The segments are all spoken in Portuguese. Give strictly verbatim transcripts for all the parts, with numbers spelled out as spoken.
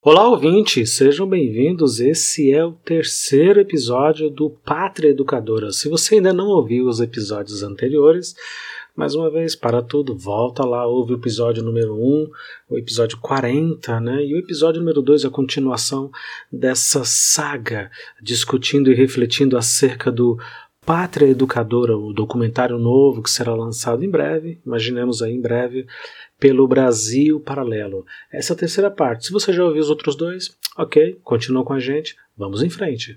Olá, ouvintes! Sejam bem-vindos. Esse é o terceiro episódio do Pátria Educadora. Se você ainda não ouviu os episódios anteriores, mais uma vez, para tudo, volta lá, ouve o episódio número um, o episódio quarenta, né? E o episódio número dois é a continuação dessa saga, discutindo e refletindo acerca do Pátria Educadora, o documentário novo que será lançado em breve, imaginemos aí em breve, pelo Brasil Paralelo. Essa é a terceira parte. Se você já ouviu os outros dois, ok, continua com a gente, vamos em frente.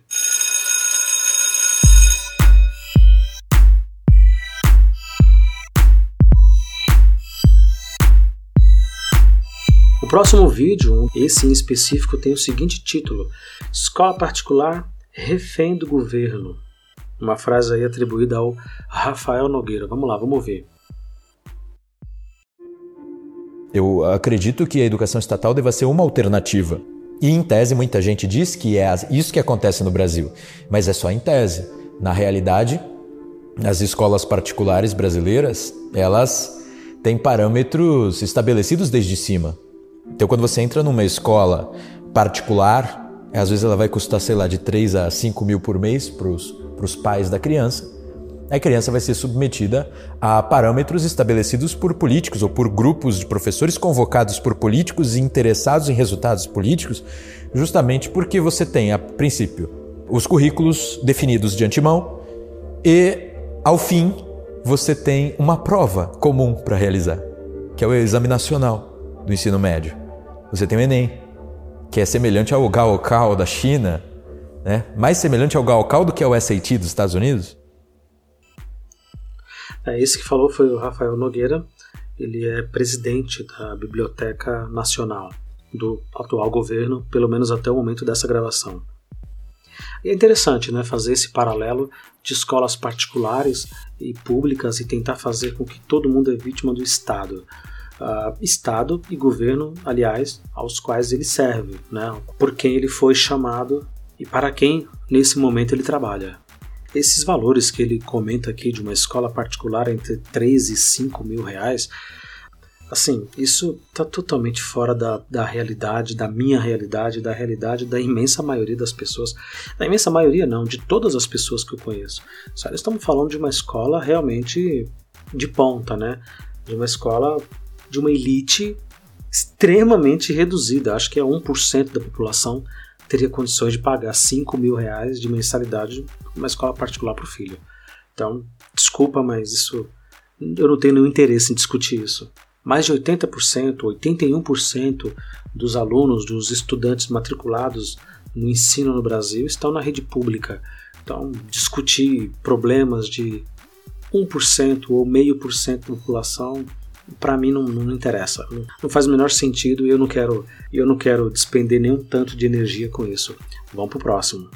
O próximo vídeo, esse em específico, tem o seguinte título: Escola Particular Refém do Governo. Uma frase aí atribuída ao Rafael Nogueira. Vamos lá, vamos ver. Eu acredito que a educação estatal deva ser uma alternativa. E em tese muita gente diz que é isso que acontece no Brasil. Mas é só em tese. Na realidade, as escolas particulares brasileiras, elas têm parâmetros estabelecidos desde cima. Então quando você entra numa escola particular, às vezes ela vai custar, sei lá, de três a cinco mil por mês para os pais da criança. A criança vai ser submetida a parâmetros estabelecidos por políticos ou por grupos de professores convocados por políticos e interessados em resultados políticos, justamente porque você tem, a princípio, os currículos definidos de antemão e, ao fim, você tem uma prova comum para realizar, que é o Exame Nacional do Ensino Médio. Você tem o Enem, que é semelhante ao Gaokao da China, né? Mais semelhante ao Gaokao do que ao S A T dos Estados Unidos. É, esse que falou foi o Rafael Nogueira. Ele é presidente da Biblioteca Nacional do atual governo, pelo menos até o momento dessa gravação. E é interessante, né, fazer esse paralelo de escolas particulares e públicas e tentar fazer com que todo mundo é vítima do Estado. Uh, Estado e governo, aliás, aos quais ele serve, né, por quem ele foi chamado e para quem nesse momento ele trabalha. Esses valores que ele comenta aqui de uma escola particular entre três e cinco mil reais, assim, isso está totalmente fora da, da realidade, da minha realidade, da realidade da imensa maioria das pessoas. Da imensa maioria não, de todas as pessoas que eu conheço. Só estamos falando de uma escola realmente de ponta, né? De uma escola de uma elite extremamente reduzida. Acho que é um por cento da população teria condições de pagar cinco mil reais de mensalidade numa escola particular para o filho. Então, desculpa, mas isso eu não tenho nenhum interesse em discutir isso. Mais de oitenta por cento, oitenta e um por cento dos alunos, dos estudantes matriculados no ensino no Brasil estão na rede pública. Então, discutir problemas de um por cento ou meio por cento da população, para mim não, não interessa, não, não faz o menor sentido e eu não quero, eu não quero despender nenhum tanto de energia com isso. Vamos pro próximo.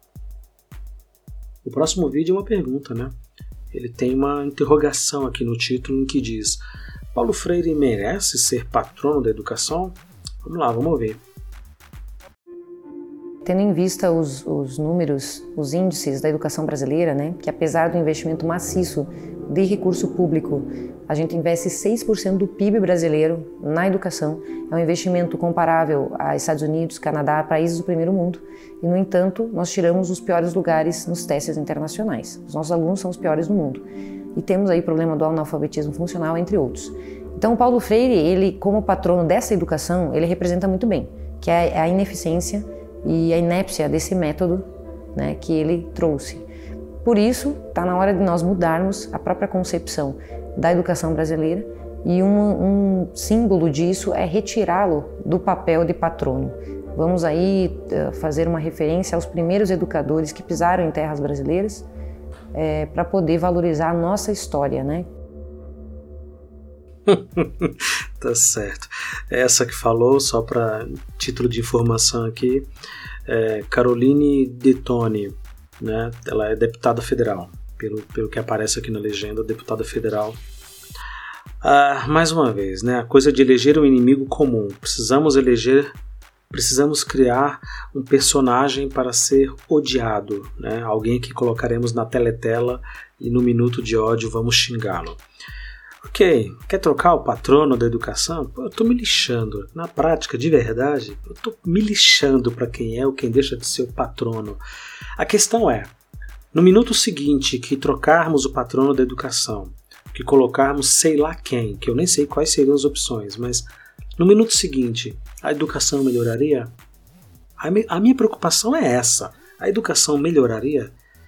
O próximo vídeo é uma pergunta, né? Ele tem uma interrogação aqui no título em que diz: Paulo Freire merece ser patrono da educação? Vamos lá, vamos ver. Tendo em vista os, os números, os índices da educação brasileira, né, que apesar do investimento maciço de recurso público, a gente investe seis por cento do P I B brasileiro na educação. É um investimento comparável a Estados Unidos, Canadá, países do primeiro mundo. E, no entanto, nós tiramos os piores lugares nos testes internacionais. Os nossos alunos são os piores do mundo. E temos aí o problema do analfabetismo funcional, entre outros. Então, o Paulo Freire, ele, como patrono dessa educação, ele representa muito bem, que é a ineficiência e a inépcia desse método, né, que ele trouxe. Por isso, está na hora de nós mudarmos a própria concepção da educação brasileira e um, um símbolo disso é retirá-lo do papel de patrono. Vamos aí uh, fazer uma referência aos primeiros educadores que pisaram em terras brasileiras é, para poder valorizar a nossa história, né? Tá certo. Essa que falou, só para título de informação aqui, é Caroline Detoni, né? Ela é deputada federal, pelo, pelo que aparece aqui na legenda, deputada federal. Ah, mais uma vez, né? A coisa de eleger um inimigo comum. Precisamos eleger, precisamos criar um personagem para ser odiado, né? Alguém que colocaremos na teletela e no minuto de ódio vamos xingá-lo. Ok, quer trocar o patrono da educação? Pô, eu tô me lixando. Na prática, de verdade, eu tô me lixando para quem é ou quem deixa de ser o patrono. A questão é, no minuto seguinte que trocarmos o patrono da educação, que colocarmos sei lá quem, que eu nem sei quais seriam as opções, mas no minuto seguinte, a educação melhoraria? A, me, a minha preocupação é essa. A educação melhoraria?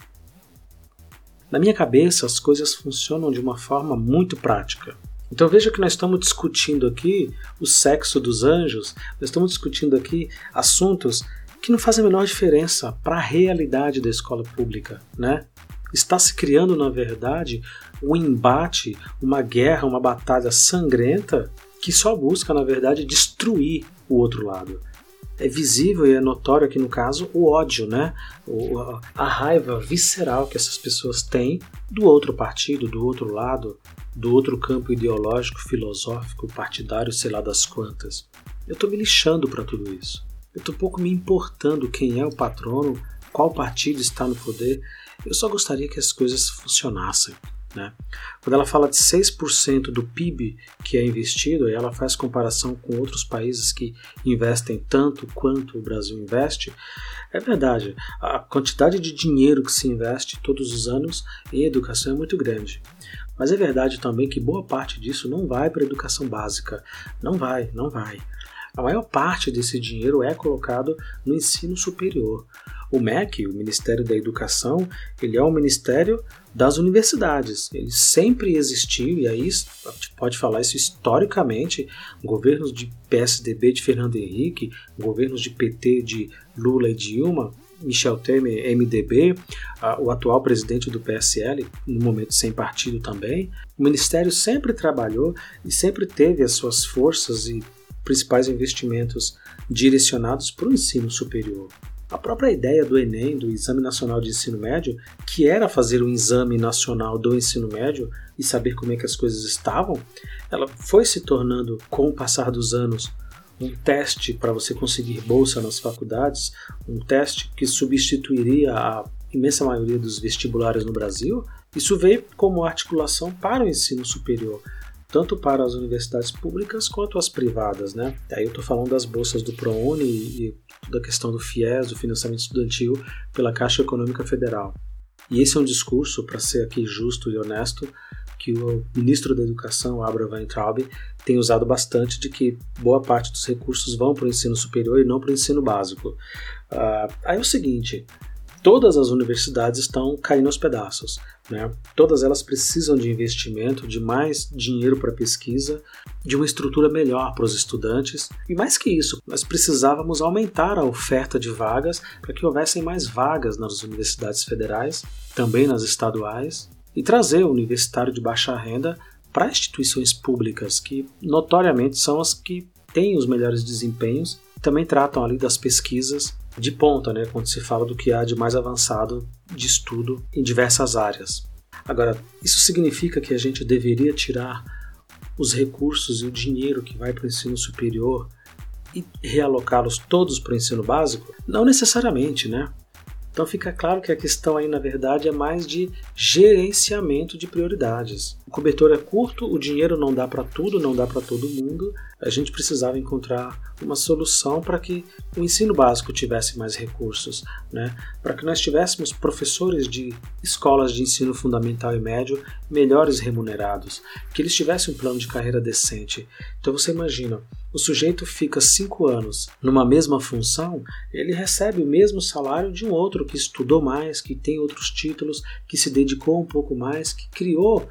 Na minha cabeça, as coisas funcionam de uma forma muito prática. Então veja que nós estamos discutindo aqui o sexo dos anjos, nós estamos discutindo aqui assuntos que não fazem a menor diferença para a realidade da escola pública, né? Está se criando, na verdade, um embate, uma guerra, uma batalha sangrenta que só busca, na verdade, destruir o outro lado. É visível e é notório aqui no caso o ódio, né? O, a, a raiva visceral que essas pessoas têm do outro partido, do outro lado, do outro campo ideológico, filosófico, partidário, sei lá das quantas. Eu estou me lixando para tudo isso. Eu estou pouco me importando quem é o patrono, qual partido está no poder. Eu só gostaria que as coisas funcionassem. Né? Quando ela fala de seis por cento do P I B que é investido, e ela faz comparação com outros países que investem tanto quanto o Brasil investe, é verdade, a quantidade de dinheiro que se investe todos os anos em educação é muito grande. Mas é verdade também que boa parte disso não vai para a educação básica. Não vai, não vai. A maior parte desse dinheiro é colocado no ensino superior. O M E C, o Ministério da Educação, ele é um ministério das universidades. Ele sempre existiu, e aí a gente pode falar isso historicamente, governos de P S D B de Fernando Henrique, governos de P T de Lula e Dilma, Michel Temer, M D B, o atual presidente do P S L, no momento sem partido também. O Ministério sempre trabalhou e sempre teve as suas forças e principais investimentos direcionados para o ensino superior. A própria ideia do Enem, do Exame Nacional de Ensino Médio, que era fazer um exame nacional do ensino médio e saber como é que as coisas estavam, ela foi se tornando, com o passar dos anos, um teste para você conseguir bolsa nas faculdades, um teste que substituiria a imensa maioria dos vestibulares no Brasil. Isso veio como articulação para o ensino superior, tanto para as universidades públicas quanto as privadas, né? Aí eu estou falando das bolsas do ProUni e, e da questão do FIES, do financiamento estudantil pela Caixa Econômica Federal. E esse é um discurso, para ser aqui justo e honesto, que o ministro da Educação, Abraham Weintraub, tem usado bastante, de que boa parte dos recursos vão para o ensino superior e não para o ensino básico. Uh, aí é o seguinte, todas as universidades estão caindo aos pedaços, né? Todas elas precisam de investimento, de mais dinheiro para pesquisa, de uma estrutura melhor para os estudantes. E mais que isso, nós precisávamos aumentar a oferta de vagas para que houvessem mais vagas nas universidades federais, também nas estaduais, e trazer o universitário de baixa renda para instituições públicas, que notoriamente são as que têm os melhores desempenhos, também tratam ali das pesquisas de ponta, né, quando se fala do que há de mais avançado de estudo em diversas áreas. Agora, isso significa que a gente deveria tirar os recursos e o dinheiro que vai para o ensino superior e realocá-los todos para o ensino básico? Não necessariamente, né? Então fica claro que a questão aí, na verdade, é mais de gerenciamento de prioridades. O cobertor é curto, o dinheiro não dá para tudo, não dá para todo mundo. A gente precisava encontrar uma solução para que o ensino básico tivesse mais recursos, né? Para que nós tivéssemos professores de escolas de ensino fundamental e médio melhores remunerados, que eles tivessem um plano de carreira decente. Então você imagina, o sujeito fica cinco anos numa mesma função, ele recebe o mesmo salário de um outro que estudou mais, que tem outros títulos, que se dedicou um pouco mais, que criou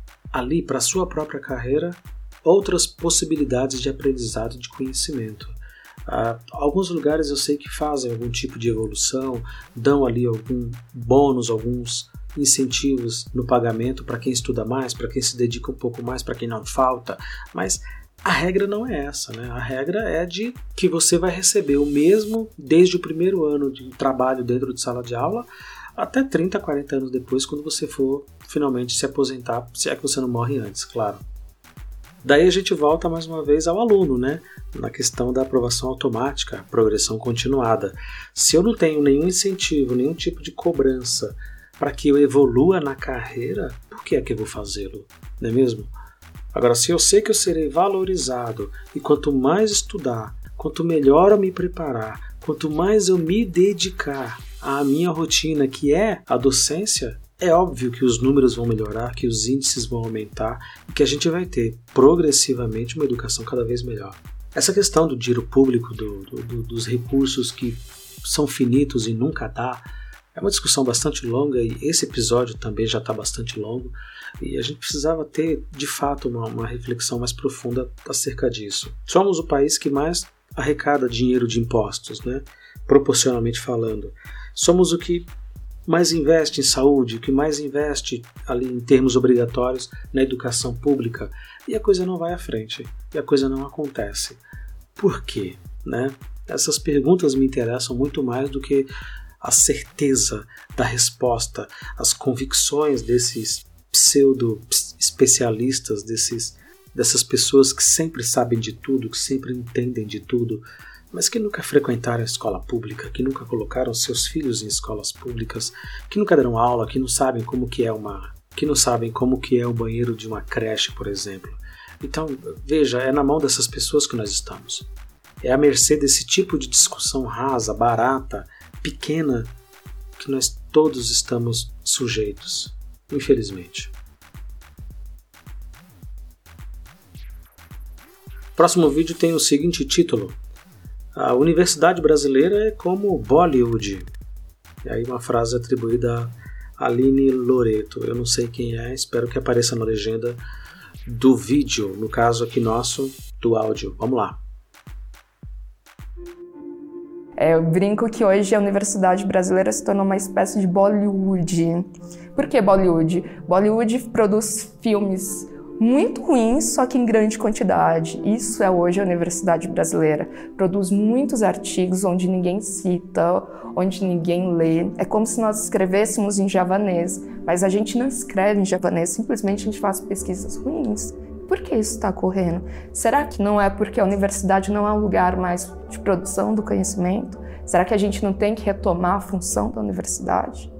ali para a sua própria carreira outras possibilidades de aprendizado e de conhecimento. Ah, alguns lugares eu sei que fazem algum tipo de evolução, dão ali algum bônus, alguns incentivos no pagamento para quem estuda mais, para quem se dedica um pouco mais, para quem não falta, mas a regra não é essa, né? A regra é de que você vai receber o mesmo desde o primeiro ano de trabalho dentro de sala de aula até trinta, quarenta anos depois, quando você for finalmente se aposentar, se é que você não morre antes, claro. Daí a gente volta mais uma vez ao aluno, né? Na questão da aprovação automática, progressão continuada. Se eu não tenho nenhum incentivo, nenhum tipo de cobrança para que eu evolua na carreira, por que é que eu vou fazê-lo? Não é mesmo? Agora, se eu sei que eu serei valorizado e quanto mais estudar, quanto melhor eu me preparar, quanto mais eu me dedicar à minha rotina, que é a docência, é óbvio que os números vão melhorar, que os índices vão aumentar e que a gente vai ter progressivamente uma educação cada vez melhor. Essa questão do dinheiro público, do, do, dos recursos que são finitos e nunca dá, é uma discussão bastante longa e esse episódio também já está bastante longo e a gente precisava ter, de fato, uma, uma reflexão mais profunda acerca disso. Somos o país que mais arrecada dinheiro de impostos, né? Proporcionalmente falando. Somos o que mais investe em saúde, o que mais investe ali em termos obrigatórios na educação pública e a coisa não vai à frente, e a coisa não acontece. Por quê? Né? Essas perguntas me interessam muito mais do que a certeza da resposta, as convicções desses pseudo-especialistas, desses, dessas pessoas que sempre sabem de tudo, que sempre entendem de tudo, mas que nunca frequentaram a escola pública, que nunca colocaram seus filhos em escolas públicas, que nunca deram aula, que não sabem como que é uma, que não sabem como que é o banheiro de uma creche, por exemplo. Então, veja, é na mão dessas pessoas que nós estamos. É à mercê desse tipo de discussão rasa, barata, pequena, que nós todos estamos sujeitos, infelizmente. Próximo vídeo tem o seguinte título: a Universidade Brasileira é como Bollywood. E aí uma frase atribuída a Aline Loreto. Eu não sei quem é, espero que apareça na legenda do vídeo, no caso aqui nosso, do áudio. Vamos lá. É, eu brinco que hoje a Universidade Brasileira se tornou uma espécie de Bollywood. Por que Bollywood? Bollywood produz filmes muito ruins, só que em grande quantidade. Isso é hoje a Universidade Brasileira. Produz muitos artigos onde ninguém cita, onde ninguém lê. É como se nós escrevêssemos em javanês, mas a gente não escreve em javanês, simplesmente a gente faz pesquisas ruins. Por que isso está ocorrendo? Será que não é porque a universidade não é um lugar mais de produção do conhecimento? Será que a gente não tem que retomar a função da universidade?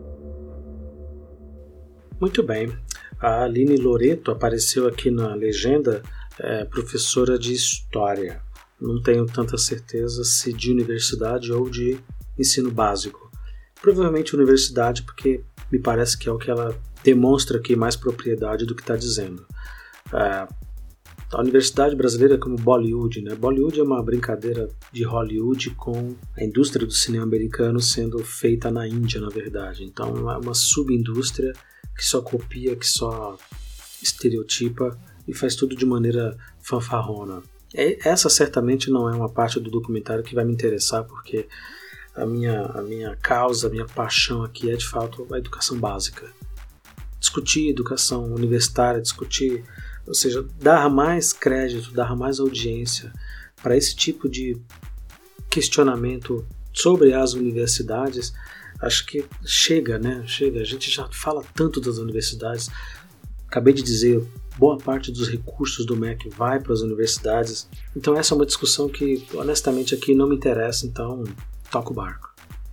Muito bem. A Aline Loreto apareceu aqui na legenda, é, professora de História. Não tenho tanta certeza se de universidade ou de ensino básico. Provavelmente universidade, porque me parece que é o que ela demonstra aqui mais propriedade do que está dizendo. É, a Universidade Brasileira é como Bollywood, né? Bollywood é uma brincadeira de Hollywood com a indústria do cinema americano sendo feita na Índia, na verdade. Então é uma subindústria que só copia, que só estereotipa e faz tudo de maneira fanfarrona. Essa certamente não é uma parte do documentário que vai me interessar, porque a minha, a minha causa, a minha paixão aqui é de fato a educação básica. Discutir educação universitária, discutir, ou seja, dar mais crédito, dar mais audiência para esse tipo de questionamento sobre as universidades. Acho que chega, né? Chega. A gente já fala tanto das universidades. Acabei de dizer, boa parte dos recursos do M E C vai para as universidades. Então essa é uma discussão que, honestamente, aqui não me interessa. Então, toca o barco.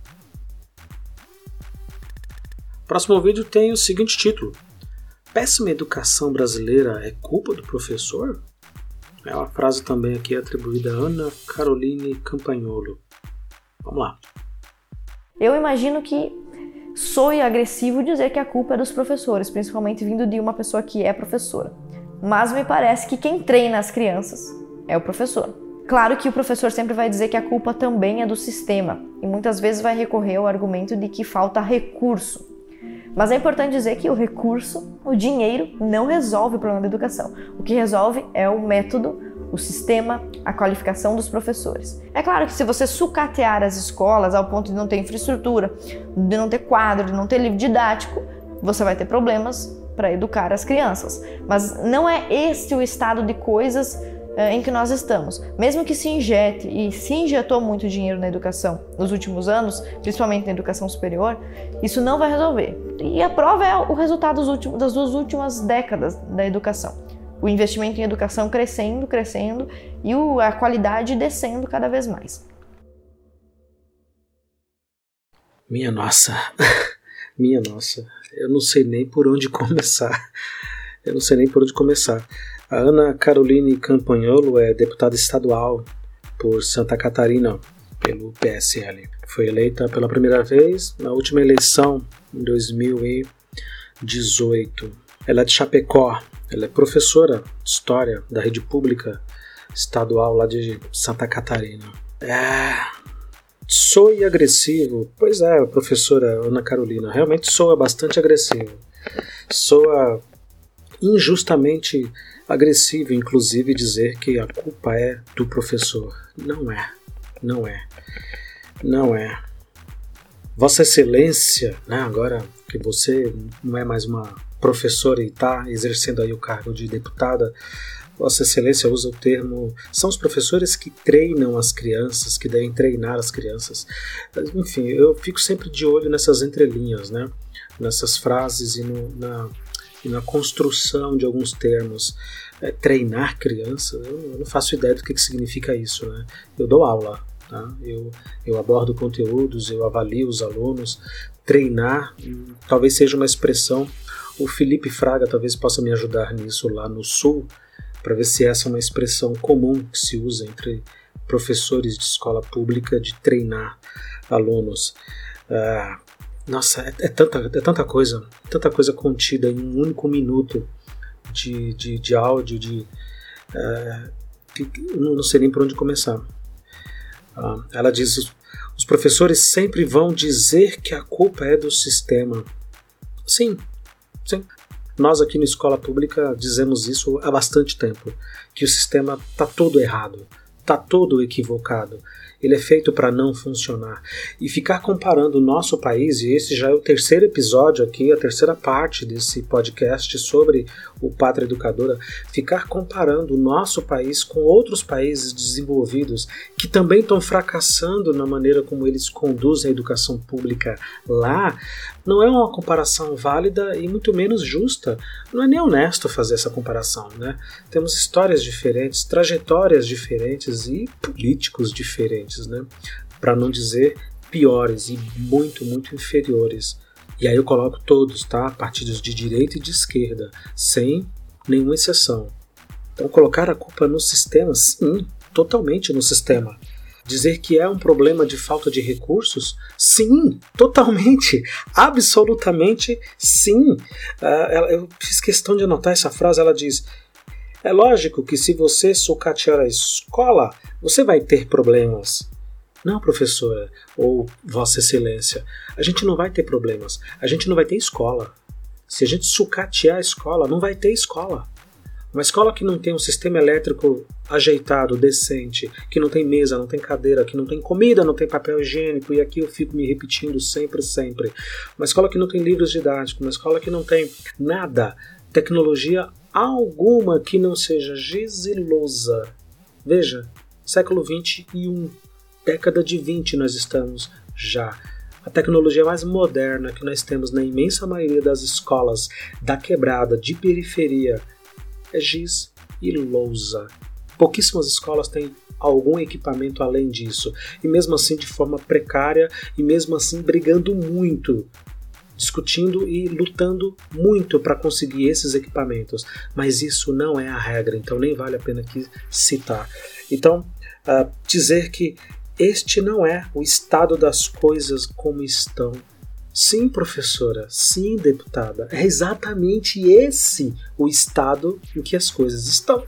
Próximo vídeo tem o seguinte título: péssima educação brasileira é culpa do professor? É uma frase também aqui atribuída a Ana Caroline Campagnolo. Vamos lá. Eu imagino que soe agressivo dizer que a culpa é dos professores, principalmente vindo de uma pessoa que é professora. Mas me parece que quem treina as crianças é o professor. Claro que o professor sempre vai dizer que a culpa também é do sistema e muitas vezes vai recorrer ao argumento de que falta recurso. Mas é importante dizer que o recurso, o dinheiro, não resolve o problema da educação. O que resolve é o método, o sistema, a qualificação dos professores. É claro que se você sucatear as escolas ao ponto de não ter infraestrutura, de não ter quadro, de não ter livro didático, você vai ter problemas para educar as crianças. Mas não é este o estado de coisas uh, em que nós estamos. Mesmo que se injete, e se injetou muito dinheiro na educação nos últimos anos, principalmente na educação superior, isso não vai resolver. E a prova é o resultado dos últimos, das duas últimas décadas da educação. O investimento em educação crescendo, crescendo e o, a qualidade descendo cada vez mais. Minha nossa, minha nossa, eu não sei nem por onde começar. Eu não sei nem por onde começar. A Ana Caroline Campagnolo é deputada estadual por Santa Catarina, pelo P S L. Foi eleita pela primeira vez na última eleição, em dois mil e dezoito. Ela é de Chapecó, ela é professora de História da rede pública estadual lá de Santa Catarina. É... Soe agressivo. Pois é, professora Ana Carolina, realmente soa bastante agressivo. Soa injustamente agressivo, inclusive, dizer que a culpa é do professor. Não é, não é, não é. Vossa Excelência, né, agora que você não é mais uma professora e está exercendo aí o cargo de deputada, Vossa Excelência usa o termo, são os professores que treinam as crianças, que devem treinar as crianças. Enfim, eu fico sempre de olho nessas entrelinhas, né, nessas frases e no, na... e na construção de alguns termos. É, treinar criança, eu, eu não faço ideia do que, que significa isso, né? Eu dou aula, tá? eu, eu abordo conteúdos, eu avalio os alunos. Treinar hum, talvez seja uma expressão, o Felipe Fraga talvez possa me ajudar nisso lá no Sul, para ver se essa é uma expressão comum que se usa entre professores de escola pública, de treinar alunos. Ah, Nossa, é, é, tanta, é tanta coisa, tanta coisa contida em um único minuto de, de, de áudio, de, é, que, não, não sei nem por onde começar. Ah, ela diz, os, os professores sempre vão dizer que a culpa é do sistema. Sim, sim. Nós aqui na escola pública dizemos isso há bastante tempo, que o sistema está todo errado, está todo equivocado. Ele é feito para não funcionar. E ficar comparando o nosso país, e esse já é o terceiro episódio aqui, a terceira parte desse podcast sobre o Pátria Educadora, ficar comparando o nosso país com outros países desenvolvidos que também estão fracassando na maneira como eles conduzem a educação pública lá, não é uma comparação válida e muito menos justa. Não é nem honesto fazer essa comparação, né? Temos histórias diferentes, trajetórias diferentes e políticos diferentes, né? Para não dizer piores e muito, muito inferiores. E aí eu coloco todos, tá? Partidos de direita e de esquerda, sem nenhuma exceção. Então colocar a culpa no sistema, sim, totalmente no sistema. Dizer que é um problema de falta de recursos? Sim, totalmente, absolutamente sim. Uh, eu fiz questão de anotar essa frase, ela diz: é lógico que se você sucatear a escola, você vai ter problemas. Não, professora, ou Vossa Excelência, a gente não vai ter problemas, a gente não vai ter escola. Se a gente sucatear a escola, não vai ter escola. Uma escola que não tem um sistema elétrico ajeitado, decente, que não tem mesa, não tem cadeira, que não tem comida, não tem papel higiênico, e aqui eu fico me repetindo sempre, sempre. Uma escola que não tem livros didáticos, uma escola que não tem nada, tecnologia alguma que não seja gizilosa. Veja, século vinte e um, década de vinte nós estamos já. A tecnologia mais moderna que nós temos na imensa maioria das escolas da quebrada, de periferia, é giz e lousa. Pouquíssimas escolas têm algum equipamento além disso, e mesmo assim de forma precária, e mesmo assim brigando muito, discutindo e lutando muito para conseguir esses equipamentos. Mas isso não é a regra, então nem vale a pena aqui citar. Então, uh, dizer que este não é o estado das coisas como estão. Sim, professora, sim, deputada, é exatamente esse o estado em que as coisas estão.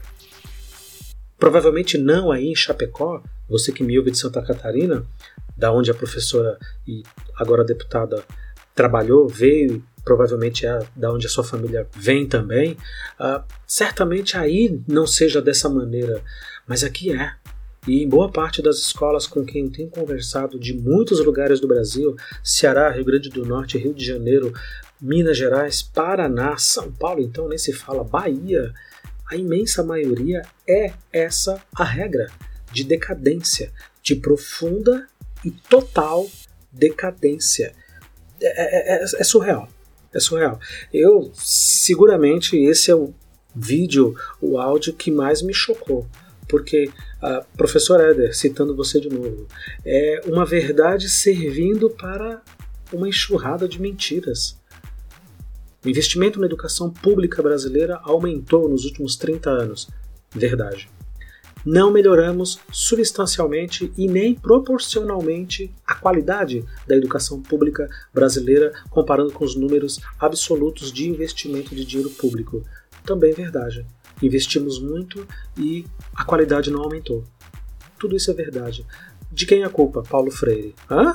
Provavelmente não aí em Chapecó, você que me ouve de Santa Catarina, da onde a professora e agora a deputada trabalhou, veio, provavelmente é da onde a sua família vem também, uh, certamente aí não seja dessa maneira, mas aqui é. E em boa parte das escolas com quem eu tenho conversado de muitos lugares do Brasil, Ceará, Rio Grande do Norte, Rio de Janeiro, Minas Gerais, Paraná, São Paulo, então nem se fala, Bahia, a imensa maioria é essa a regra de decadência, de profunda e total decadência. É, é, é, é surreal, é surreal. Eu, seguramente, esse é o vídeo, o áudio que mais me chocou. Porque, uh, professor Éder, citando você de novo, é uma verdade servindo para uma enxurrada de mentiras. O investimento na educação pública brasileira aumentou nos últimos trinta anos. Verdade. Não melhoramos substancialmente e nem proporcionalmente a qualidade da educação pública brasileira comparando com os números absolutos de investimento de dinheiro público. Também verdade. Investimos muito e a qualidade não aumentou. Tudo isso é verdade. De quem é a culpa? Paulo Freire. Hã?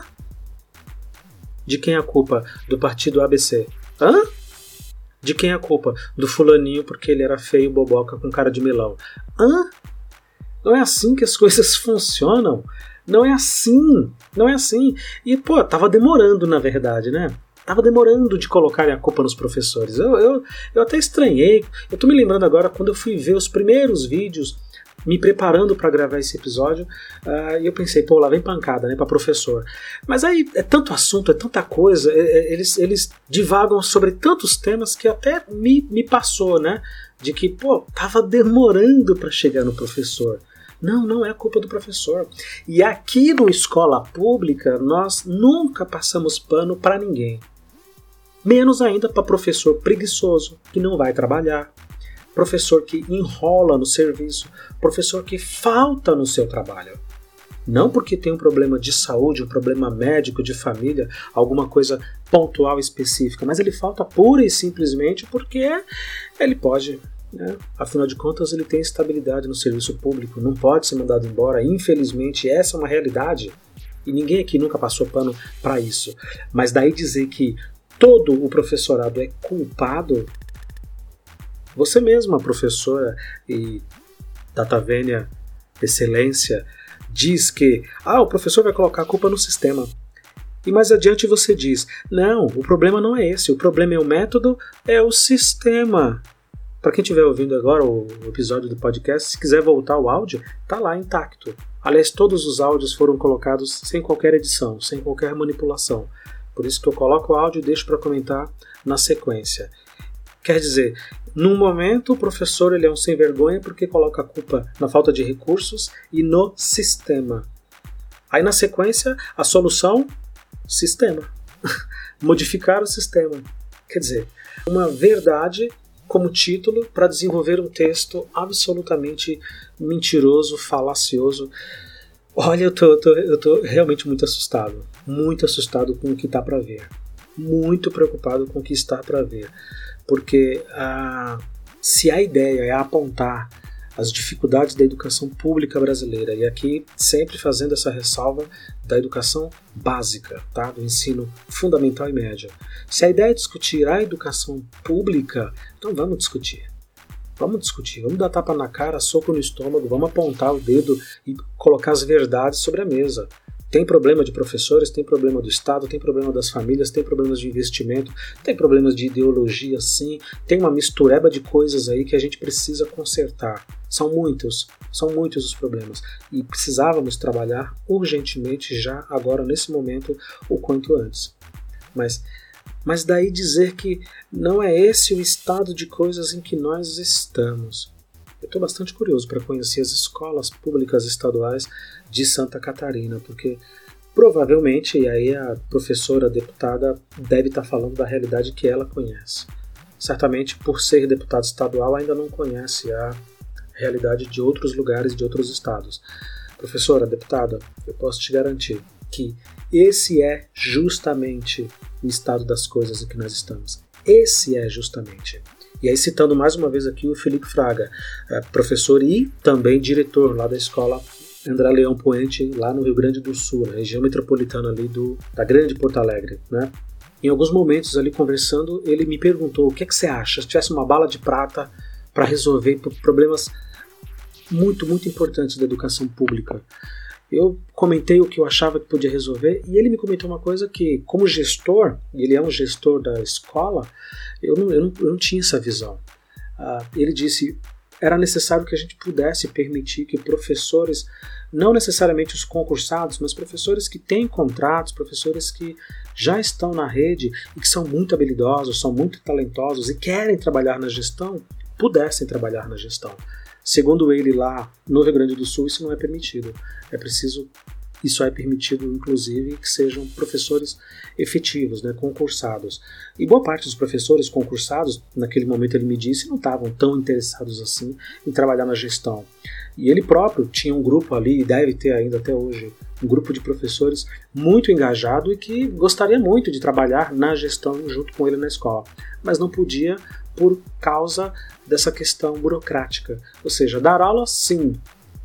De quem é a culpa? Do partido A B C. Hã? De quem é a culpa? Do fulaninho porque ele era feio, boboca, com cara de melão. Hã? Não é assim que as coisas funcionam. Não é assim. Não é assim. E, pô, tava demorando, na verdade, né? Tava demorando de colocarem a culpa nos professores. Eu, eu, eu até estranhei. Eu tô me lembrando agora quando eu fui ver os primeiros vídeos, me preparando para gravar esse episódio, uh, e eu pensei, pô, lá vem pancada, né, para professor. Mas aí é tanto assunto, é tanta coisa, é, é, eles, eles divagam sobre tantos temas que até me, me passou, né, de que, pô, tava demorando para chegar no professor. Não, não é culpa do professor. E aqui no Escola Pública, nós nunca passamos pano para ninguém. Menos ainda para professor preguiçoso, que não vai trabalhar. Professor que enrola no serviço, professor que falta no seu trabalho. Não porque tem um problema de saúde, um problema médico, de família, alguma coisa pontual específica, mas ele falta pura e simplesmente porque ele pode, né? Afinal de contas, ele tem estabilidade no serviço público, não pode ser mandado embora. Infelizmente, essa é uma realidade. E ninguém aqui nunca passou pano para isso. Mas daí dizer que todo o professorado é culpado. Você mesma, professora e Data Vênia Excelência, diz que ah, o professor vai colocar a culpa no sistema. E mais adiante você diz, não, o problema não é esse, o problema é o método, é o sistema. Para quem estiver ouvindo agora o episódio do podcast, se quiser voltar o áudio, tá lá intacto. Aliás, todos os áudios foram colocados sem qualquer edição, sem qualquer manipulação. Por isso que eu coloco o áudio e deixo para comentar na sequência. Quer dizer, num momento o professor ele é um sem vergonha porque coloca a culpa na falta de recursos e no sistema. Aí na sequência, a solução, sistema. Modificar o sistema. Quer dizer, uma verdade como título para desenvolver um texto absolutamente mentiroso, falacioso. Olha, eu tô, eu tô, eu tô realmente muito assustado. Muito assustado com o que está para ver. Muito preocupado com o que está para ver. Porque ah, se a ideia é apontar as dificuldades da educação pública brasileira, e aqui sempre fazendo essa ressalva da educação básica, tá? Do ensino fundamental e médio. Se a ideia é discutir a educação pública, então vamos discutir. Vamos discutir, vamos dar tapa na cara, soco no estômago, vamos apontar o dedo e colocar as verdades sobre a mesa. Tem problema de professores, tem problema do Estado, tem problema das famílias, tem problemas de investimento, tem problemas de ideologia, sim, tem uma mistureba de coisas aí que a gente precisa consertar. São muitos, são muitos os problemas. E precisávamos trabalhar urgentemente já, agora, nesse momento, o quanto antes. Mas, mas daí dizer que não é esse o estado de coisas em que nós estamos. Eu estou bastante curioso para conhecer as escolas públicas estaduais de Santa Catarina, porque provavelmente, e aí a professora deputada deve estar falando da realidade que ela conhece. Certamente, por ser deputada estadual, ainda não conhece a realidade de outros lugares, de outros estados. Professora, deputada, eu posso te garantir que esse é justamente o estado das coisas em que nós estamos. Esse é justamente. E aí, citando mais uma vez aqui o Felipe Fraga, professor e também diretor lá da escola André Leão Poente, lá no Rio Grande do Sul, na região metropolitana ali do, da grande Porto Alegre, né? Em alguns momentos ali conversando, ele me perguntou, o que é que você acha se tivesse uma bala de prata para resolver problemas muito, muito importantes da educação pública? Eu comentei o que eu achava que podia resolver e ele me comentou uma coisa que, como gestor, e ele é um gestor da escola, eu não, eu não, eu não tinha essa visão. Uh, ele disse, era necessário que a gente pudesse permitir que professores, não necessariamente os concursados, mas professores que têm contratos, professores que já estão na rede e que são muito habilidosos, são muito talentosos e querem trabalhar na gestão, pudessem trabalhar na gestão. Segundo ele, lá no Rio Grande do Sul, isso não é permitido. É preciso e só é permitido, inclusive, que sejam professores efetivos, né, concursados. E boa parte dos professores concursados, naquele momento ele me disse, não estavam tão interessados assim em trabalhar na gestão. E ele próprio tinha um grupo ali, e deve ter ainda até hoje, um grupo de professores muito engajado e que gostaria muito de trabalhar na gestão junto com ele na escola, mas não podia por causa dessa questão burocrática. Ou seja, dar aula, sim.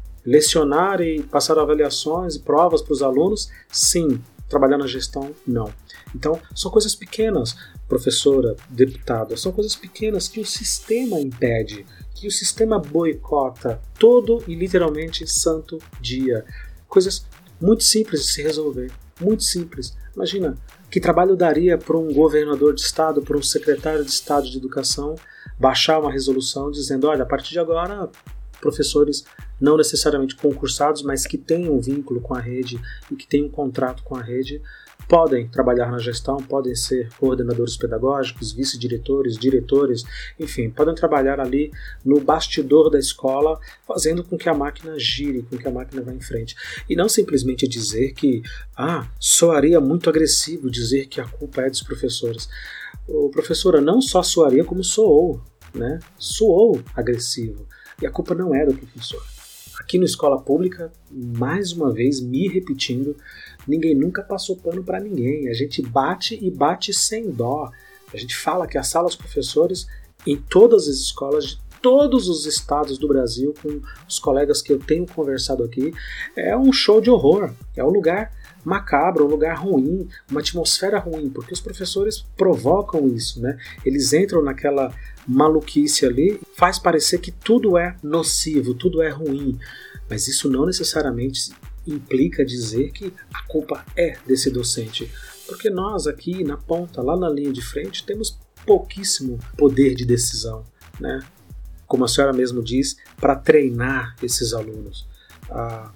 Lecionar e passar avaliações e provas para os alunos, sim. Trabalhar na gestão, não. Então, são coisas pequenas, professora, deputada, são coisas pequenas que o sistema impede, que o sistema boicota todo e literalmente santo dia. Coisas muito simples de se resolver, muito simples. Imagina, que trabalho daria para um governador de estado, para um secretário de estado de educação, baixar uma resolução dizendo, olha, a partir de agora, professores não necessariamente concursados, mas que tenham um vínculo com a rede e que tenham um contrato com a rede, podem trabalhar na gestão, podem ser coordenadores pedagógicos, vice-diretores, diretores, enfim, podem trabalhar ali no bastidor da escola, fazendo com que a máquina gire, com que a máquina vá em frente. E não simplesmente dizer que, ah, soaria muito agressivo dizer que a culpa é dos professores. O professora não só soaria, como soou, né? Soou agressivo. E a culpa não é do professor. Aqui na escola pública, mais uma vez, me repetindo, ninguém nunca passou pano para ninguém. A gente bate e bate sem dó. A gente fala que as salas professores em todas as escolas de todos os estados do Brasil, com os colegas que eu tenho conversado aqui, é um show de horror. É um lugar macabro, um lugar ruim, uma atmosfera ruim, porque os professores provocam isso, né? Eles entram naquela maluquice ali, faz parecer que tudo é nocivo, tudo é ruim, mas isso não necessariamente implica dizer que a culpa é desse docente, porque nós aqui na ponta, lá na linha de frente, temos pouquíssimo poder de decisão, né? Como a senhora mesmo diz, para treinar esses alunos. Ah,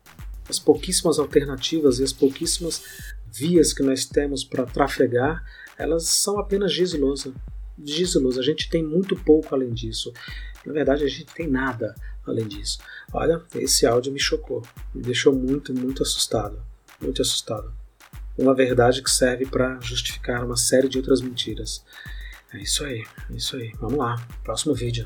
as pouquíssimas alternativas e as pouquíssimas vias que nós temos para trafegar, elas são apenas giz e lousa. Giz e lousa. A gente tem muito pouco além disso. Na verdade, a gente tem nada além disso. Olha, esse áudio me chocou. Me deixou muito, muito assustado. Muito assustado. Uma verdade que serve para justificar uma série de outras mentiras. É isso aí, é isso aí. Vamos lá, próximo vídeo.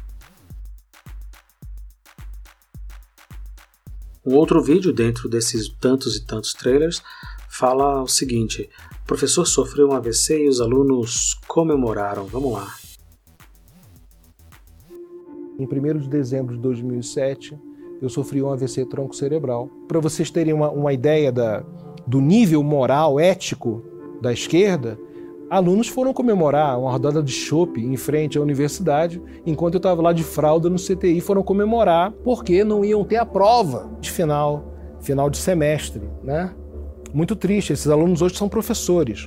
Um outro vídeo dentro desses tantos e tantos trailers fala o seguinte: o professor sofreu um A V C e os alunos comemoraram. Vamos lá. Em primeiro de dezembro de dois mil e sete, eu sofri um A V C tronco-cerebral. Para vocês terem uma, uma ideia da, do nível moral, ético da esquerda, alunos foram comemorar uma rodada de chopp em frente à universidade, enquanto eu estava lá de fralda no C T I, foram comemorar porque não iam ter a prova de final, final de semestre, né? Muito triste, esses alunos hoje são professores.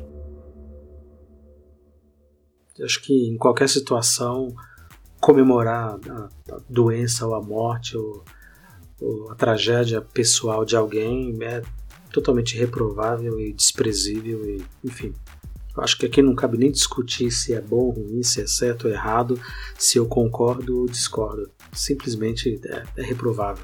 Eu acho que em qualquer situação, comemorar a, a doença ou a morte ou, ou a tragédia pessoal de alguém é totalmente reprovável e desprezível e, enfim. Eu acho que aqui não cabe nem discutir se é bom ou ruim, se é certo ou errado, se eu concordo ou discordo. Simplesmente é, é reprovável.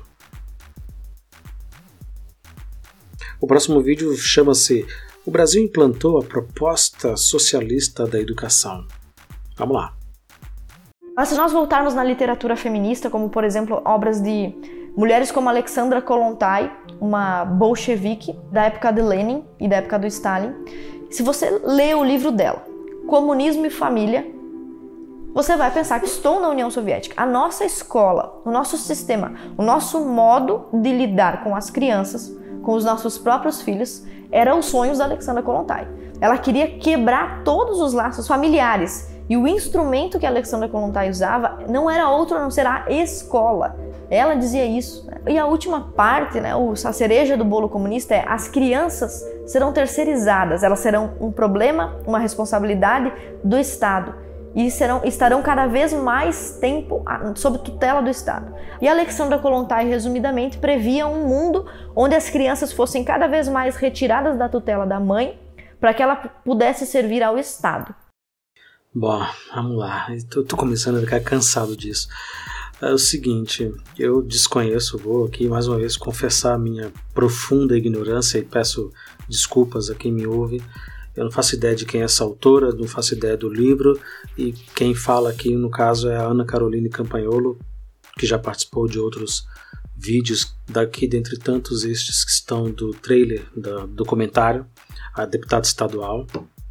O próximo vídeo chama-se O Brasil implantou a proposta socialista da educação. Vamos lá. Mas se nós voltarmos na literatura feminista, como por exemplo obras de mulheres como Alexandra Kollontai, uma bolchevique da época de Lenin e da época do Stalin, se você lê o livro dela, Comunismo e Família, você vai pensar que estou na União Soviética. A nossa escola, o nosso sistema, o nosso modo de lidar com as crianças, com os nossos próprios filhos, eram os sonhos da Alexandra Kollontai. Ela queria quebrar todos os laços familiares. E o instrumento que a Alexandra Kollontai usava não era outro a não ser a escola. Ela dizia isso. E a última parte, né, a cereja do bolo comunista é: as crianças serão terceirizadas, elas serão um problema, uma responsabilidade do Estado. E serão, estarão cada vez mais tempo sob tutela do Estado. E a Alexandra Kollontai, resumidamente, previa um mundo onde as crianças fossem cada vez mais retiradas da tutela da mãe para que ela pudesse servir ao Estado. Bom, vamos lá. Estou começando a ficar cansado disso. É o seguinte, eu desconheço, vou aqui mais uma vez confessar a minha profunda ignorância e peço desculpas a quem me ouve. Eu não faço ideia de quem é essa autora, não faço ideia do livro, e quem fala aqui no caso é a Ana Caroline Campagnolo, que já participou de outros vídeos daqui, dentre tantos estes que estão do trailer, do documentário, a deputada estadual.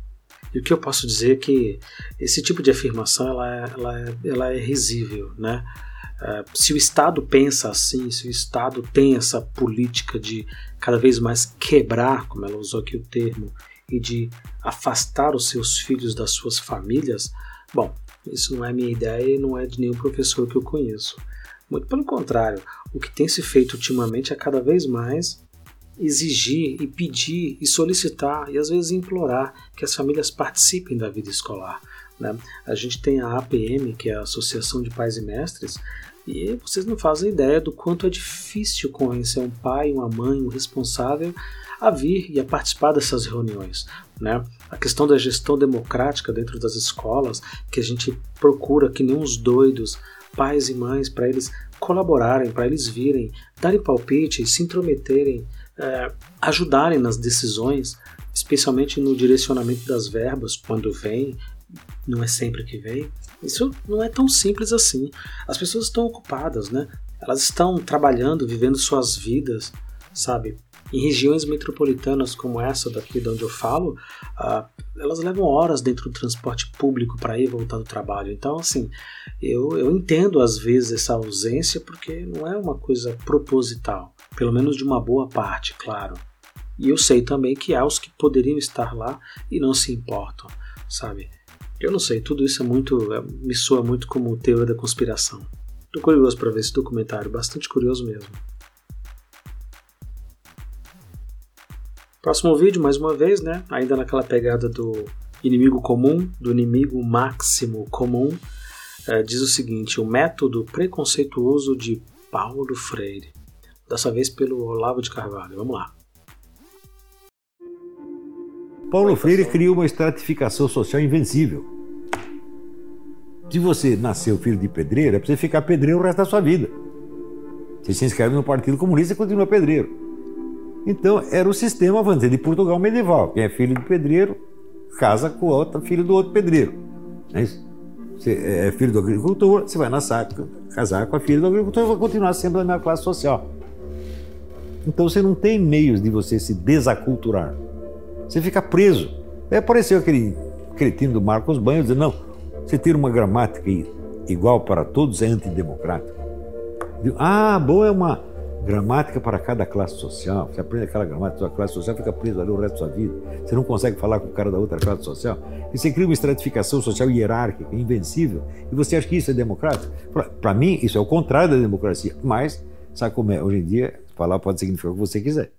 E o que eu posso dizer é que esse tipo de afirmação ela é, ela é, ela é risível, né? Uh, se o Estado pensa assim, se o Estado tem essa política de cada vez mais quebrar, como ela usou aqui o termo, e de afastar os seus filhos das suas famílias, bom, isso não é minha ideia e não é de nenhum professor que eu conheço. Muito pelo contrário, o que tem se feito ultimamente é cada vez mais exigir e pedir e solicitar e às vezes implorar que as famílias participem da vida escolar, né? A gente tem a A P M, que é a Associação de Pais e Mestres, e vocês não fazem ideia do quanto é difícil convencer um pai, uma mãe, um responsável a vir e a participar dessas reuniões, né? A questão da gestão democrática dentro das escolas, que a gente procura que nem uns doidos, pais e mães, para eles colaborarem, para eles virem, darem palpite, se intrometerem, é, ajudarem nas decisões, especialmente no direcionamento das verbas, quando vem, não é sempre que vem. Isso não é tão simples assim. As pessoas estão ocupadas, né? Elas estão trabalhando, vivendo suas vidas, sabe? Em regiões metropolitanas como essa daqui de onde eu falo, uh, elas levam horas dentro do transporte público para ir e voltar do trabalho. Então, assim, eu, eu entendo às vezes essa ausência porque não é uma coisa proposital, pelo menos de uma boa parte, claro. E eu sei também que há os que poderiam estar lá e não se importam, sabe? Eu não sei, tudo isso é muito, me soa muito como teoria da conspiração. Tô curioso para ver esse documentário, bastante curioso mesmo. Próximo vídeo, mais uma vez, né? Ainda naquela pegada do inimigo comum, do inimigo máximo comum, é, diz o seguinte: o método preconceituoso de Paulo Freire. Dessa vez pelo Olavo de Carvalho. Vamos lá. Paulo Freire criou uma estratificação social invencível. Se você nasceu filho de pedreiro, é para você ficar pedreiro o resto da sua vida. Você se inscreve no Partido Comunista e continua pedreiro. Então, era o sistema, vamos dizer, de Portugal medieval. Quem é filho de pedreiro, casa com o outro filho do outro pedreiro. Não é isso? Você é filho do agricultor, você vai nascer, casar com a filha do agricultor e vai continuar sendo da mesma classe social. Então, você não tem meios de você se desaculturar. Você fica preso. Aí apareceu aquele cretino do Marcos Banho dizendo, não, você ter uma gramática igual para todos é antidemocrático. Ah, bom, é uma gramática para cada classe social. Você aprende aquela gramática da sua classe social, fica preso ali o resto da sua vida. Você não consegue falar com o cara da outra classe social. E você cria uma estratificação social hierárquica, invencível, e você acha que isso é democrático? Para mim, isso é o contrário da democracia. Mas, sabe como é? Hoje em dia, falar pode significar o que você quiser.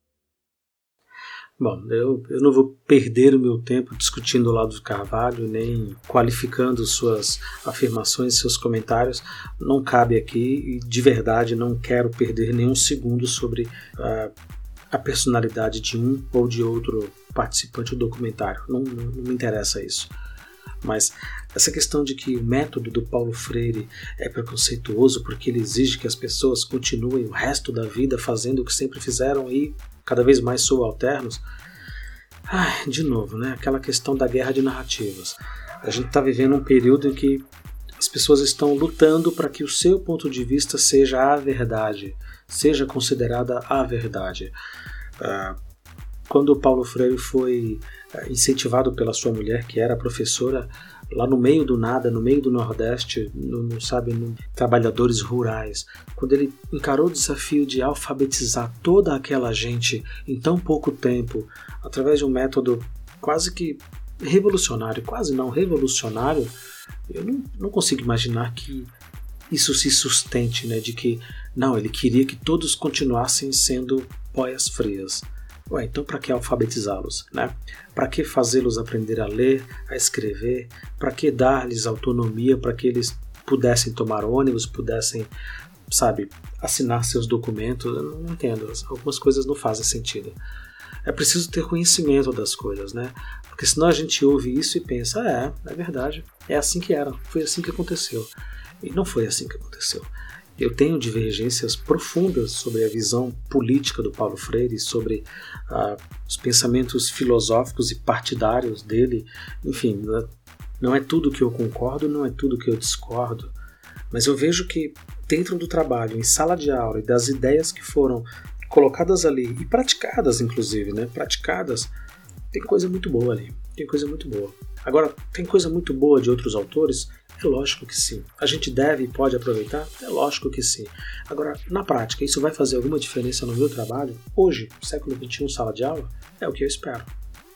Bom, eu, eu não vou perder o meu tempo discutindo o Olavo de Carvalho, nem qualificando suas afirmações, seus comentários. Não cabe aqui e, de verdade, não quero perder nenhum segundo sobre uh, a personalidade de um ou de outro participante do documentário. Não, não, não me interessa isso. Mas essa questão de que o método do Paulo Freire é preconceituoso porque ele exige que as pessoas continuem o resto da vida fazendo o que sempre fizeram e cada vez mais subalternos, ai, de novo, né? Aquela questão da guerra de narrativas. A gente está vivendo um período em que as pessoas estão lutando para que o seu ponto de vista seja a verdade, seja considerada a verdade. Uh, quando o Paulo Freire foi incentivado pela sua mulher, que era professora, lá no meio do nada, no meio do Nordeste, no, no, sabe, no, trabalhadores rurais, quando ele encarou o desafio de alfabetizar toda aquela gente em tão pouco tempo, através de um método quase que revolucionário, quase não revolucionário, eu não, não consigo imaginar que isso se sustente, né, de que, não, ele queria que todos continuassem sendo boias frias. Ué, então para que alfabetizá-los, né? Para que fazê-los aprender a ler, a escrever? Para que dar-lhes autonomia para que eles pudessem tomar ônibus, pudessem, sabe, assinar seus documentos? Eu não entendo, algumas coisas não fazem sentido. É preciso ter conhecimento das coisas, né? Porque senão a gente ouve isso e pensa, é, é verdade, é assim que era, foi assim que aconteceu. E não foi assim que aconteceu. Eu tenho divergências profundas sobre a visão política do Paulo Freire, sobre uh, os pensamentos filosóficos e partidários dele. Enfim, não é tudo que eu concordo, não é tudo que eu discordo, mas eu vejo que dentro do trabalho, em sala de aula e das ideias que foram colocadas ali e praticadas, inclusive, né? Praticadas, tem coisa muito boa ali, tem coisa muito boa. Agora, tem coisa muito boa de outros autores? É lógico que sim. A gente deve e pode aproveitar? É lógico que sim. Agora, na prática, isso vai fazer alguma diferença no meu trabalho? Hoje, século vinte e um, sala de aula? É o que eu espero.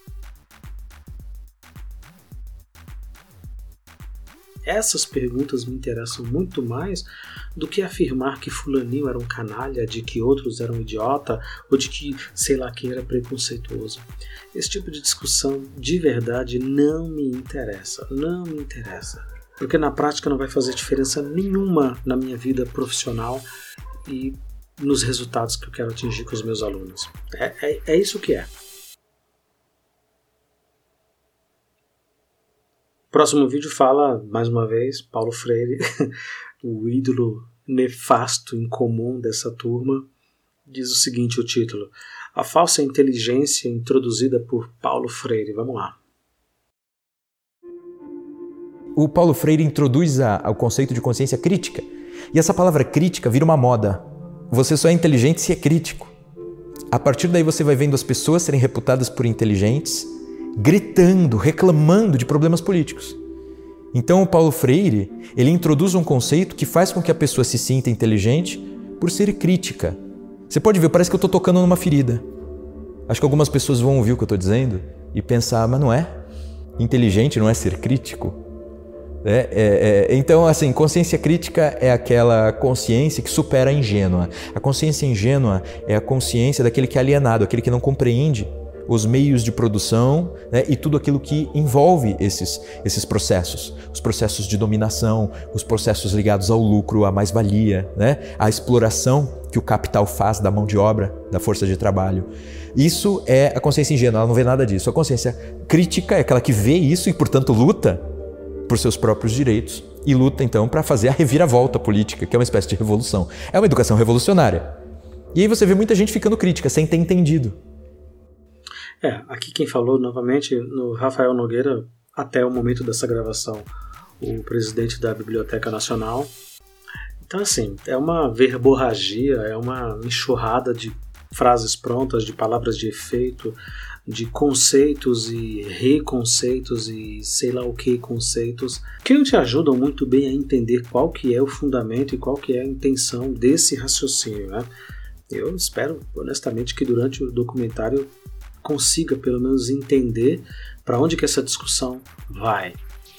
Essas perguntas me interessam muito mais do que afirmar que fulaninho era um canalha, de que outros eram idiota, ou de que sei lá quem era preconceituoso. Esse tipo de discussão, de verdade, não me interessa. Não me interessa. Porque na prática não vai fazer diferença nenhuma na minha vida profissional e nos resultados que eu quero atingir com os meus alunos. É, é, é isso que é. Próximo vídeo fala, mais uma vez, Paulo Freire, o ídolo nefasto, incomum dessa turma, diz o seguinte, o título: A falsa inteligência introduzida por Paulo Freire. Vamos lá. O Paulo Freire introduz a, o conceito de consciência crítica. E essa palavra crítica vira uma moda. Você só é inteligente se é crítico. A partir daí você vai vendo as pessoas serem reputadas por inteligentes, gritando, reclamando de problemas políticos. Então o Paulo Freire, ele introduz um conceito que faz com que a pessoa se sinta inteligente por ser crítica. Você pode ver, parece que eu estou tocando numa ferida. Acho que algumas pessoas vão ouvir o que eu estou dizendo e pensar, mas não é? Inteligente não é ser crítico? É, é, é, então, assim, consciência crítica é aquela consciência que supera a ingênua. A consciência ingênua é a consciência daquele que é alienado, aquele que não compreende os meios de produção, né, e tudo aquilo que envolve esses, esses processos. Os processos de dominação, os processos ligados ao lucro, à mais-valia, né, à exploração que o capital faz da mão de obra, da força de trabalho. Isso é a consciência ingênua, ela não vê nada disso. A consciência crítica é aquela que vê isso e, portanto, luta por seus próprios direitos e luta, então, para fazer a reviravolta política, que é uma espécie de revolução. É uma educação revolucionária. E aí você vê muita gente ficando crítica, sem ter entendido. É, aqui quem falou, novamente, no Rafael Nogueira, até o momento dessa gravação, o presidente da Biblioteca Nacional. Então, assim, é uma verborragia, é uma enxurrada de frases prontas, de palavras de efeito, de conceitos e reconceitos e sei lá o que conceitos, que não te ajudam muito bem a entender qual que é o fundamento e qual que é a intenção desse raciocínio, né? Eu espero, honestamente, que durante o documentário consiga pelo menos entender para onde que essa discussão vai.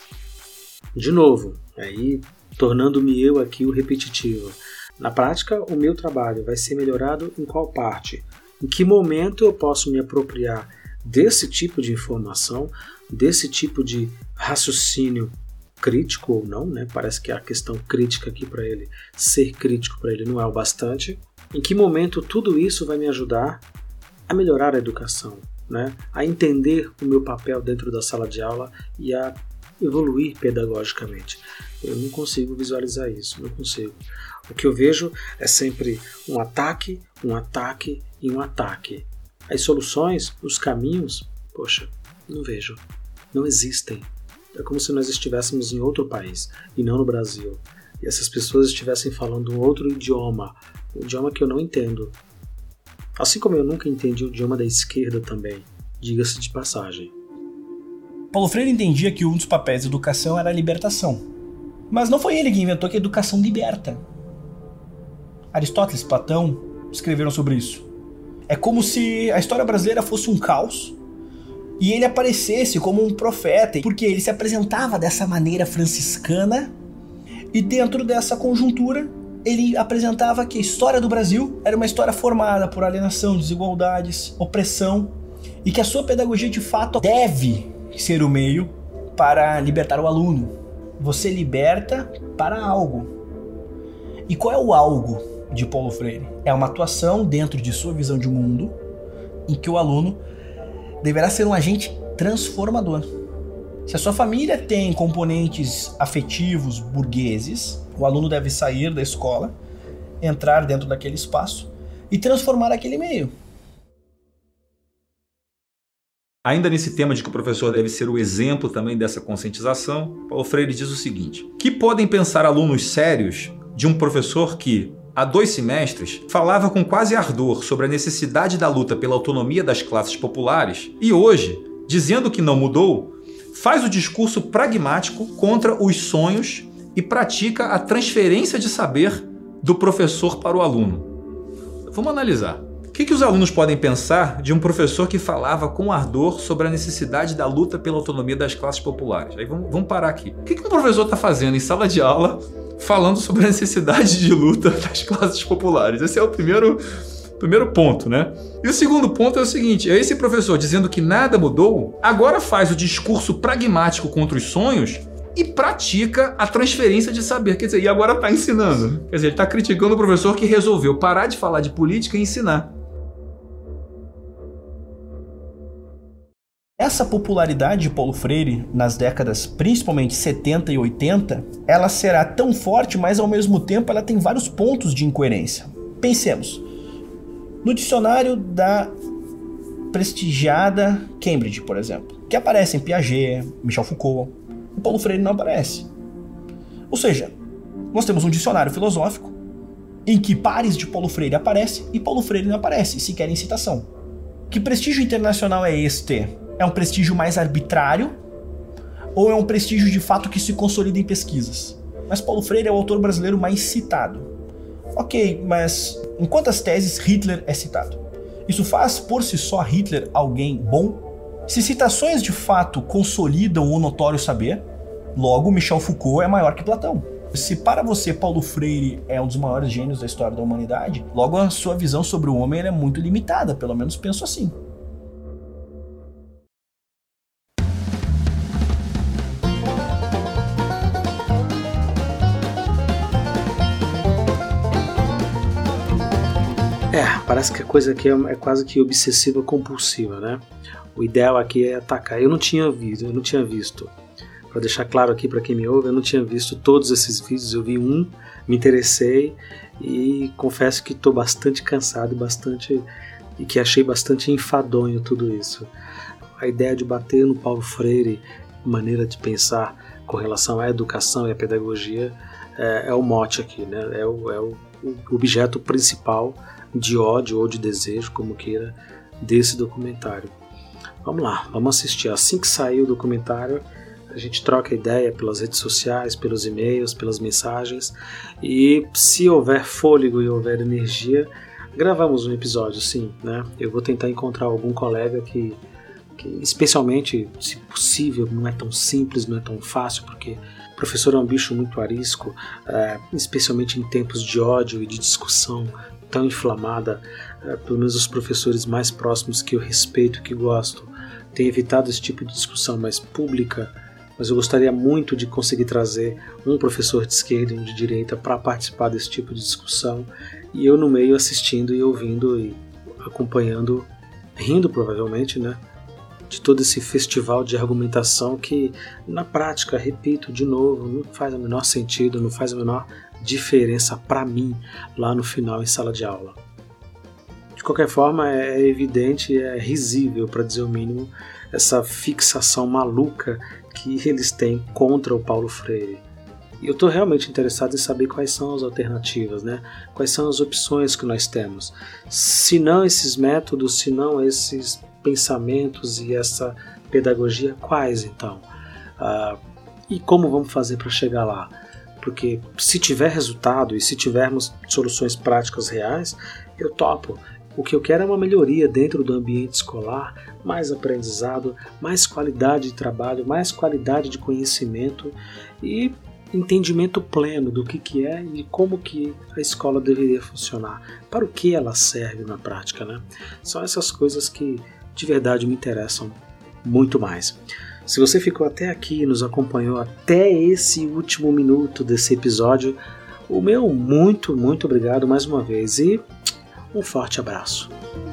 De novo, aí tornando-me eu aqui o repetitivo. Na prática, o meu trabalho vai ser melhorado em qual parte? Em que momento eu posso me apropriar desse tipo de informação, desse tipo de raciocínio crítico ou não, né? Parece que a questão crítica aqui para ele, ser crítico para ele não é o bastante. Em que momento tudo isso vai me ajudar a melhorar a educação, né? A entender o meu papel dentro da sala de aula e a evoluir pedagogicamente. Eu não consigo visualizar isso, não consigo. O que eu vejo é sempre um ataque, um ataque e um ataque. As soluções, os caminhos, poxa, não vejo, não existem. É como se nós estivéssemos em outro país e não no Brasil. E essas pessoas estivessem falando um outro idioma, um idioma que eu não entendo. Assim como eu nunca entendi o idioma da esquerda também, diga-se de passagem. Paulo Freire entendia que um dos papéis da educação era a libertação. Mas não foi ele que inventou que a educação liberta. Aristóteles, Platão escreveram sobre isso. É como se a história brasileira fosse um caos e ele aparecesse como um profeta, porque ele se apresentava dessa maneira franciscana e dentro dessa conjuntura ele apresentava que a história do Brasil era uma história formada por alienação, desigualdades, opressão e que a sua pedagogia de fato deve ser o meio para libertar o aluno. Você liberta para algo. E qual é o algo de Paulo Freire? É uma atuação dentro de sua visão de mundo em que o aluno deverá ser um agente transformador. Se a sua família tem componentes afetivos burgueses, O aluno deve sair da escola, entrar dentro daquele espaço e transformar aquele meio. Ainda nesse tema de que o professor deve ser o exemplo também dessa conscientização, Paulo Freire diz o seguinte: que podem pensar alunos sérios de um professor que, há dois semestres, falava com quase ardor sobre a necessidade da luta pela autonomia das classes populares e hoje, dizendo que não mudou, faz o discurso pragmático contra os sonhos e pratica a transferência de saber do professor para o aluno? Vamos analisar. O que, que os alunos podem pensar de um professor que falava com ardor sobre a necessidade da luta pela autonomia das classes populares? Aí vamos, vamos parar aqui. O que, que um professor está fazendo em sala de aula falando sobre a necessidade de luta das classes populares? Esse é o primeiro, primeiro ponto, né? E o segundo ponto é o seguinte: é esse professor dizendo que nada mudou, agora faz o discurso pragmático contra os sonhos e pratica a transferência de saber. Quer dizer, e agora está ensinando. Quer dizer, ele está criticando o professor que resolveu parar de falar de política e ensinar. Essa popularidade de Paulo Freire, nas décadas principalmente setenta e oitenta, ela será tão forte, mas ao mesmo tempo ela tem vários pontos de incoerência. Pensemos, no dicionário da prestigiada Cambridge, por exemplo, que aparecem Piaget, Michel Foucault, o Paulo Freire não aparece. Ou seja, nós temos um dicionário filosófico em que pares de Paulo Freire aparecem e Paulo Freire não aparece, sequer em citação. Que prestígio internacional é este? É um prestígio mais arbitrário ou é um prestígio de fato que se consolida em pesquisas? Mas Paulo Freire é o autor brasileiro mais citado. Ok, mas em quantas teses Hitler é citado? Isso faz por si só Hitler alguém bom? Se citações de fato consolidam o notório saber, logo Michel Foucault é maior que Platão. Se para você Paulo Freire é um dos maiores gênios da história da humanidade, logo a sua visão sobre o homem é muito limitada, pelo menos penso assim. É, parece que a coisa aqui é, é quase que obsessiva compulsiva, né? O ideal aqui é atacar. Eu não tinha visto, eu não tinha visto. Para deixar claro aqui para quem me ouve, eu não tinha visto todos esses vídeos. Eu vi um, me interessei e confesso que estou bastante cansado e bastante e que achei bastante enfadonho tudo isso. A ideia de bater no Paulo Freire, maneira de pensar com relação à educação e à pedagogia, é, é o mote aqui, né? É o, é o, o objeto principal de ódio ou de desejo, como queira, desse documentário. Vamos lá, vamos assistir. Assim que sair o documentário, a gente troca ideia pelas redes sociais, pelos e-mails, pelas mensagens, e se houver fôlego e houver energia, gravamos um episódio, sim, né? Eu vou tentar encontrar algum colega que, que especialmente, se possível, não é tão simples, não é tão fácil, porque o professor é um bicho muito arisco, é, especialmente em tempos de ódio e de discussão tão inflamada, é, pelo menos os professores mais próximos que eu respeito, que gosto, têm evitado esse tipo de discussão mais pública, mas eu gostaria muito de conseguir trazer um professor de esquerda e um de direita para participar desse tipo de discussão, e eu no meio assistindo e ouvindo e acompanhando, rindo provavelmente, né, de todo esse festival de argumentação que, na prática, repito de novo, não faz o menor sentido, não faz a menor diferença para mim lá no final em sala de aula. De qualquer forma, é evidente, é risível, para dizer o mínimo, essa fixação maluca que eles têm contra o Paulo Freire. E eu estou realmente interessado em saber quais são as alternativas, né? Quais são as opções que nós temos. Se não esses métodos, se não esses pensamentos e essa pedagogia, quais então? Ah, e como vamos fazer para chegar lá? Porque se tiver resultado e se tivermos soluções práticas reais, eu topo. O que eu quero é uma melhoria dentro do ambiente escolar, mais aprendizado, mais qualidade de trabalho, mais qualidade de conhecimento e entendimento pleno do que, que é e como que a escola deveria funcionar, para o que ela serve na prática, né? São essas coisas que de verdade me interessam muito mais. Se você ficou até aqui e nos acompanhou até esse último minuto desse episódio, o meu muito, muito obrigado mais uma vez e um forte abraço.